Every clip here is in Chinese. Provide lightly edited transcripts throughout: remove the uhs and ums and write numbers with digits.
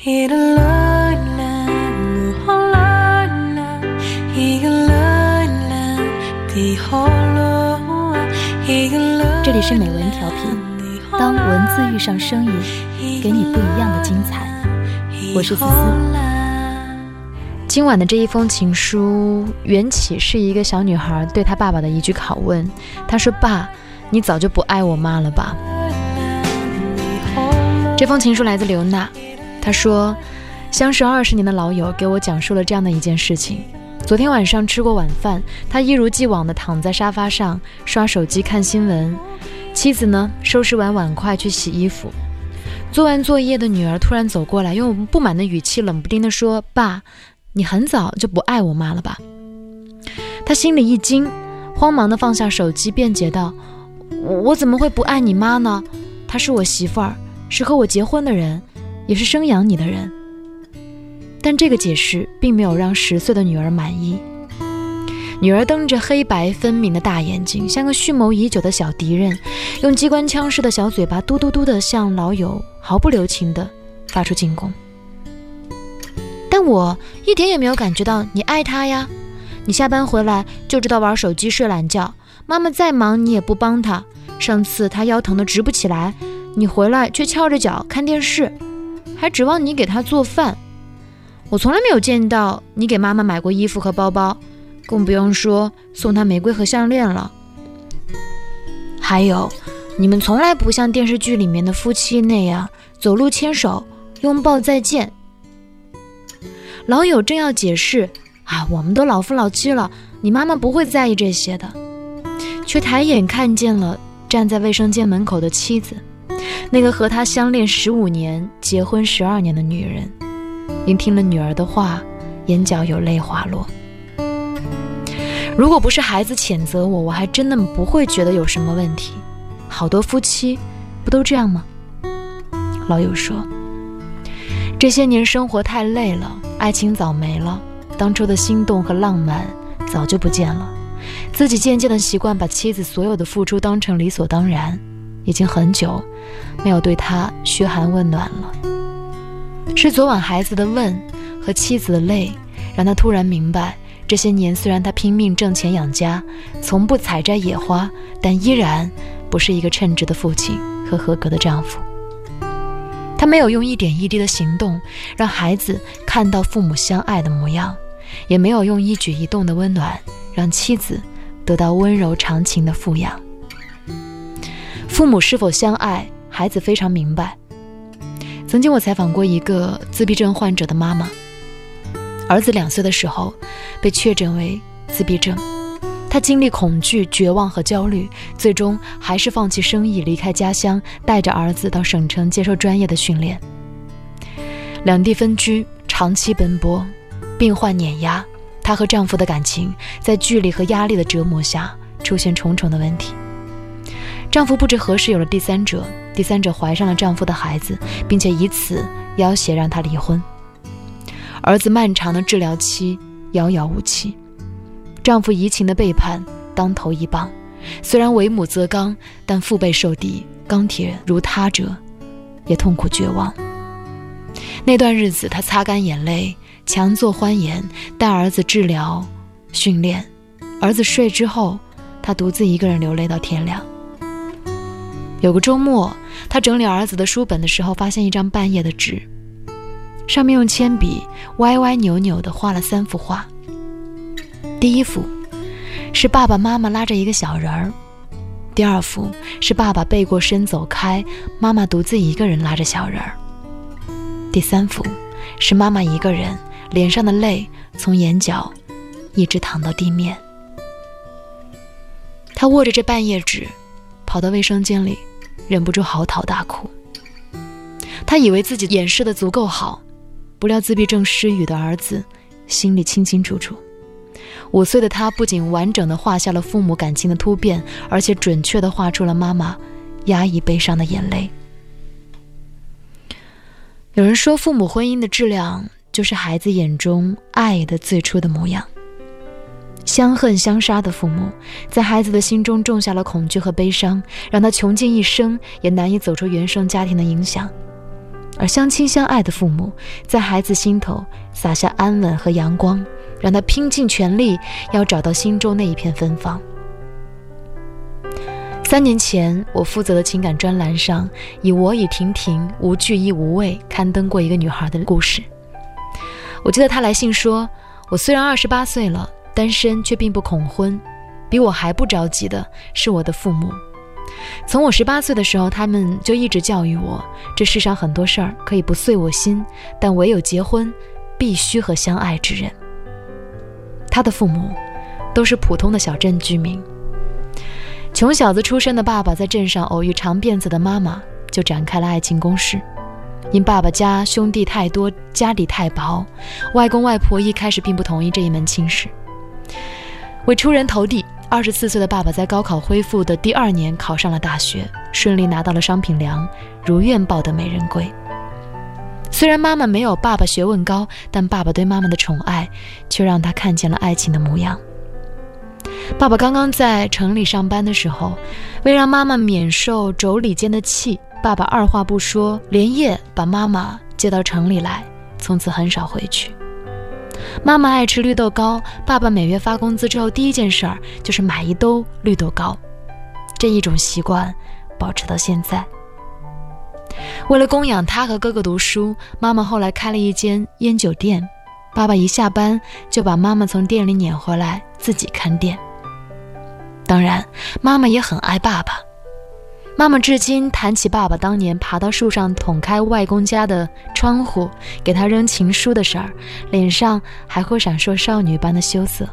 这里是美文调频，当文字遇上声音，给你不一样的精彩。我是思思。 今晚的这一封情书缘起是一个小女孩对她爸爸的一句拷问。她说：爸，你早就不爱我妈了吧？这封情书来自刘娜，她说，相识20年的老友给我讲述了这样的一件事情。昨天晚上吃过晚饭，他一如既往地躺在沙发上刷手机看新闻，妻子呢收拾完碗筷去洗衣服。做完作业的女儿突然走过来，用不满的语气冷不丁地说：爸，你很早就不爱我妈了吧？他心里一惊，慌忙地放下手机辩解道：我怎么会不爱你妈呢？她是我媳妇儿，是和我结婚的人，也是生养你的人。但这个解释并没有让10岁的女儿满意。女儿瞪着黑白分明的大眼睛，像个蓄谋已久的小敌人，用机关枪似的小嘴巴嘟嘟嘟地向老友毫不留情地发出进攻。但我一点也没有感觉到你爱他呀，你下班回来就知道玩手机睡懒觉，妈妈再忙你也不帮他，上次他腰疼得直不起来，你回来却翘着脚看电视，还指望你给他做饭。我从来没有见到你给妈妈买过衣服和包包，更不用说送她玫瑰和项链了。还有，你们从来不像电视剧里面的夫妻那样走路牵手拥抱再见。老友正要解释我们都老夫老妻了，你妈妈不会在意这些的，却抬眼看见了站在卫生间门口的妻子，那个和他相恋15年结婚12年的女人。聆听了女儿的话，眼角有泪滑落。如果不是孩子谴责我，我还真的不会觉得有什么问题。好多夫妻不都这样吗？老友说，这些年生活太累了，爱情早没了，当初的心动和浪漫早就不见了，自己渐渐的习惯把妻子所有的付出当成理所当然，已经很久没有对她嘘寒问暖了。是昨晚孩子的问和妻子的泪，让他突然明白，这些年虽然他拼命挣钱养家，从不采摘野花，但依然不是一个称职的父亲和合格的丈夫。他没有用一点一滴的行动让孩子看到父母相爱的模样，也没有用一举一动的温暖让妻子得到温柔长情的富养。父母是否相爱，孩子非常明白。曾经我采访过一个自闭症患者的妈妈，儿子2岁的时候被确诊为自闭症，她经历恐惧、绝望和焦虑，最终还是放弃生意，离开家乡，带着儿子到省城接受专业的训练。两地分居，长期奔波，病患碾压，她和丈夫的感情在距离和压力的折磨下出现重重的问题。丈夫不知何时有了第三者怀上了丈夫的孩子，并且以此要挟让他离婚。儿子漫长的治疗期遥遥无期，丈夫移情的背叛当头一棒，虽然为母则刚，但腹背受敌，钢铁如他者也痛苦绝望。那段日子她擦干眼泪，强作欢颜，带儿子治疗训练。儿子睡之后，她独自一个人流泪到天亮。有个周末，他整理儿子的书本的时候，发现一张半页的纸，上面用铅笔歪歪扭扭地画了3幅画。第一幅是爸爸妈妈拉着一个小人儿，第2幅是爸爸背过身走开，妈妈独自一个人拉着小人儿，第3幅是妈妈一个人，脸上的泪从眼角一直淌到地面。他握着这半页纸跑到卫生间里，忍不住嚎啕大哭。他以为自己掩饰得足够好，不料自闭症失语的儿子心里清清楚楚。5岁的他不仅完整地画下了父母感情的突变，而且准确地画出了妈妈压抑悲伤的眼泪。有人说，父母婚姻的质量就是孩子眼中爱的最初的模样。相恨相杀的父母，在孩子的心中种下了恐惧和悲伤，让他穷尽一生也难以走出原生家庭的影响。 而相亲相爱的父母在孩子心头洒下安稳和阳光，让他拼尽全力要找到心中那一片芬芳。3年前，我负责的情感专栏上，以我与婷婷无惧亦无畏刊登过一个女孩的故事。我记得她来信说，我虽然28岁了，单身却并不恐婚，比我还不着急的是我的父母。从我18岁的时候，他们就一直教育我，这世上很多事儿可以不遂我心，但唯有结婚必须和相爱之人。他的父母都是普通的小镇居民，穷小子出身的爸爸在镇上偶遇长辫子的妈妈，就展开了爱情攻势。因爸爸家兄弟太多，家底太薄，外公外婆一开始并不同意这一门亲事。为出人头地，24岁的爸爸在高考恢复的第2年考上了大学，顺利拿到了商品粮，如愿抱得美人归。虽然妈妈没有爸爸学问高，但爸爸对妈妈的宠爱却让他看见了爱情的模样。爸爸刚刚在城里上班的时候，为让妈妈免受妯娌间的气，爸爸二话不说，连夜把妈妈接到城里来，从此很少回去。妈妈爱吃绿豆糕，爸爸每月发工资之后第一件事儿就是买一兜绿豆糕，这一种习惯保持到现在。为了供养他和哥哥读书，妈妈后来开了一间烟酒店，爸爸一下班就把妈妈从店里撵回来自己看店。当然，妈妈也很爱爸爸。妈妈至今谈起爸爸当年爬到树上捅开外公家的窗户给他扔情书的事儿，脸上还会闪烁少女般的羞涩。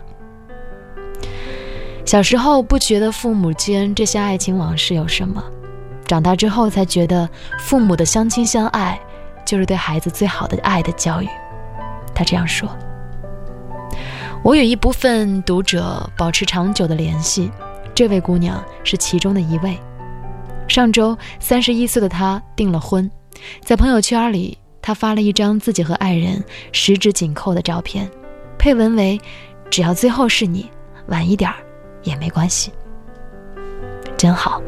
小时候不觉得父母间这些爱情往事有什么，长大之后才觉得父母的相亲相爱就是对孩子最好的爱的教育。他这样说。我与一部分读者保持长久的联系，这位姑娘是其中的一位。上周31岁的她订了婚，在朋友圈里，她发了一张自己和爱人十指紧扣的照片，配文为只要最后是你，晚一点也没关系。真好。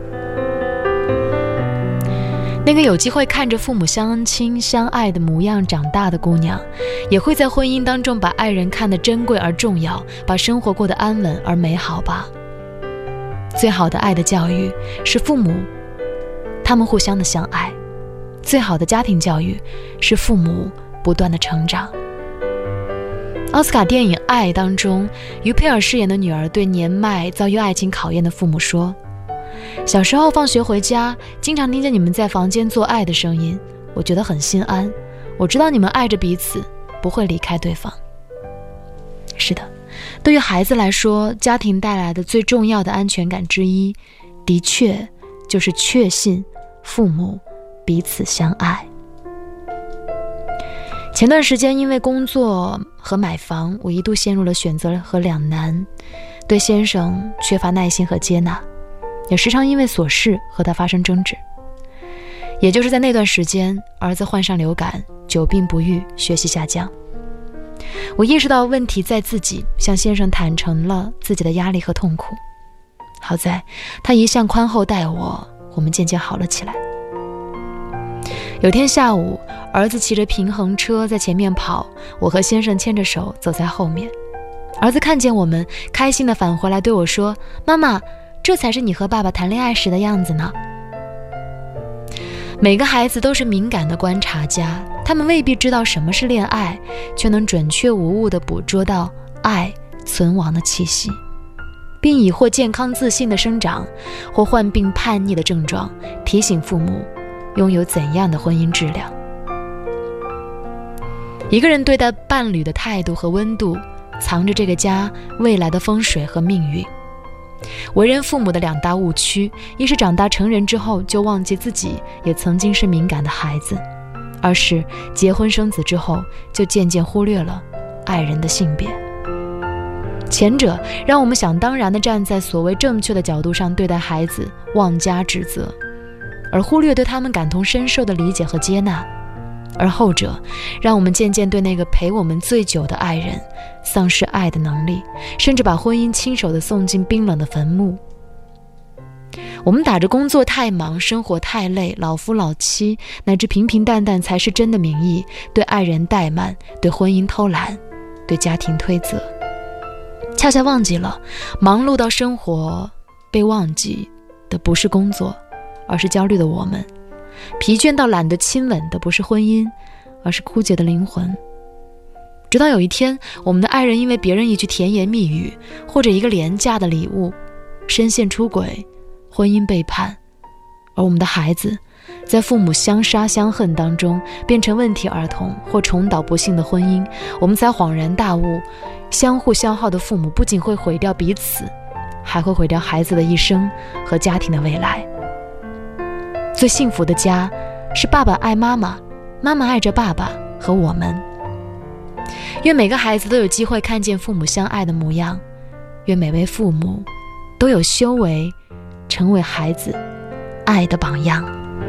那个有机会看着父母相亲相爱的模样长大的姑娘，也会在婚姻当中把爱人看得珍贵而重要，把生活过得安稳而美好吧。最好的爱的教育是父母他们互相的相爱，最好的家庭教育是父母不断的成长。奥斯卡电影《爱》当中，于佩尔饰演的女儿对年迈遭遇爱情考验的父母说，小时候放学回家，经常听见你们在房间做爱的声音，我觉得很心安，我知道你们爱着彼此，不会离开对方。是的，对于孩子来说，家庭带来的最重要的安全感之一，的确就是确信父母彼此相爱。前段时间因为工作和买房，我一度陷入了选择和两难，对先生缺乏耐心和接纳，也时常因为琐事和他发生争执。也就是在那段时间，儿子患上流感，久病不愈，学习下降。我意识到问题在自己，向先生坦诚了自己的压力和痛苦。好在他一向宽厚待我，我们渐渐好了起来。有天下午，儿子骑着平衡车在前面跑，我和先生牵着手走在后面。儿子看见我们，开心地返回来对我说，妈妈，这才是你和爸爸谈恋爱时的样子呢。每个孩子都是敏感的观察家，他们未必知道什么是恋爱，却能准确无误地捕捉到爱存亡的气息，并以或健康自信的生长，或患病叛逆的症状，提醒父母拥有怎样的婚姻质量。一个人对待伴侣的态度和温度，藏着这个家未来的风水和命运。为人父母的两大误区，一是长大成人之后就忘记自己也曾经是敏感的孩子，二是结婚生子之后就渐渐忽略了爱人的性别。前者让我们想当然地站在所谓正确的角度上对待孩子，妄加指责，而忽略对他们感同身受的理解和接纳；而后者让我们渐渐对那个陪我们最久的爱人丧失爱的能力，甚至把婚姻亲手地送进冰冷的坟墓。 我们打着工作太忙，生活太累，老夫老妻乃至平平淡淡才是真的名义，对爱人怠慢，对婚姻偷懒，对家庭推责，恰恰忘记了忙碌到生活被忘记的不是工作，而是焦虑的我们，疲倦到懒得亲吻的不是婚姻，而是枯竭的灵魂。直到有一天，我们的爱人因为别人一句甜言蜜语，或者一个廉价的礼物，深陷出轨，婚姻背叛，而我们的孩子在父母相杀相恨当中变成问题儿童，或重蹈不幸的婚姻，我们才恍然大悟，相互消耗的父母不仅会毁掉彼此，还会毁掉孩子的一生和家庭的未来。最幸福的家是爸爸爱妈妈，妈妈爱着爸爸和我们。愿每个孩子都有机会看见父母相爱的模样，愿每位父母都有修为，成为孩子爱的榜样。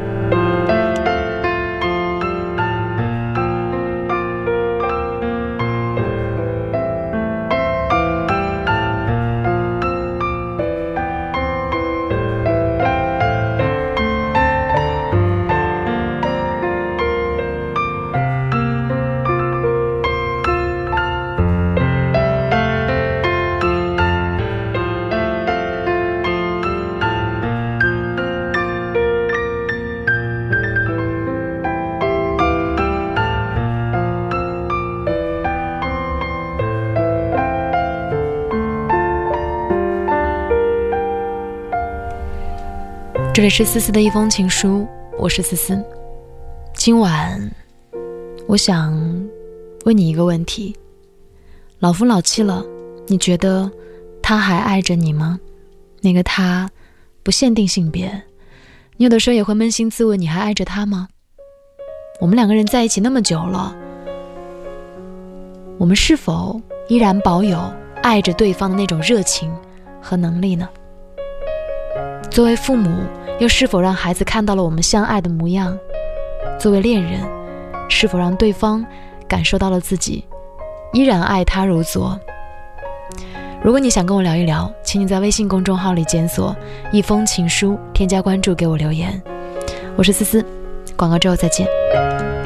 这里是思思的一封情书，我是思思。今晚我想问你一个问题，老夫老妻了，你觉得他还爱着你吗？那个他不限定性别，你有的时候也会扪心自问，你还爱着他吗？我们两个人在一起那么久了，我们是否依然保有爱着对方的那种热情和能力呢？作为父母，又是否让孩子看到了我们相爱的模样？作为恋人，是否让对方感受到了自己依然爱他如昨？如果你想跟我聊一聊，请你在微信公众号里检索一封情书，添加关注，给我留言。我是思思，广告之后再见。